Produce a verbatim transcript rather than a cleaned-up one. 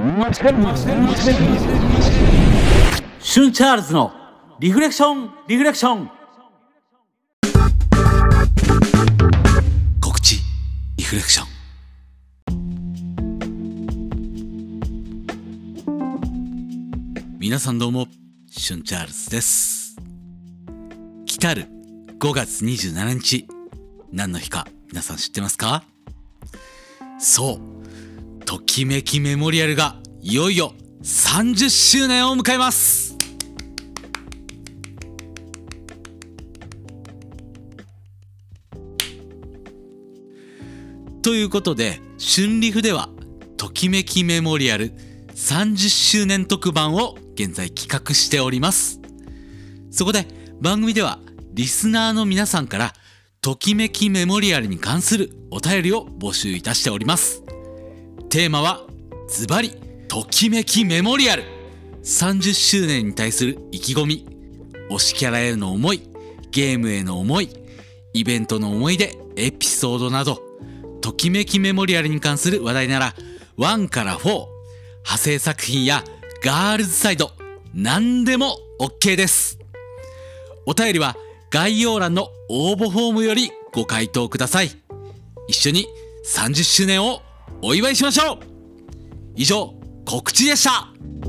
シュンチャールズのリフレクションリフレクション。告知リフレクション。皆さんどうも、シュンチャールズです。来たるごがつにじゅうしちにち、何の日か皆さん知ってますか？そう、ときめきメモリアルがいよいよさんじゅっしゅうねんを迎えます。ということで、春リフではときめきメモリアルさんじゅっしゅうねん特番を現在企画しております。そこで番組ではリスナーの皆さんからときめきメモリアルに関するお便りを募集いたしております。テーマはズバリときめきメモリアル。さんじゅっしゅうねんに対する意気込み、推しキャラへの思い、ゲームへの思い、イベントの思い出、エピソードなど、ときめきメモリアルに関する話題ならいちからよん、派生作品やガールズサイド、何でも OK です。お便りは概要欄の応募フォームよりご回答ください。一緒にさんじゅっしゅうねんをお祝いしましょう。以上、告知でした。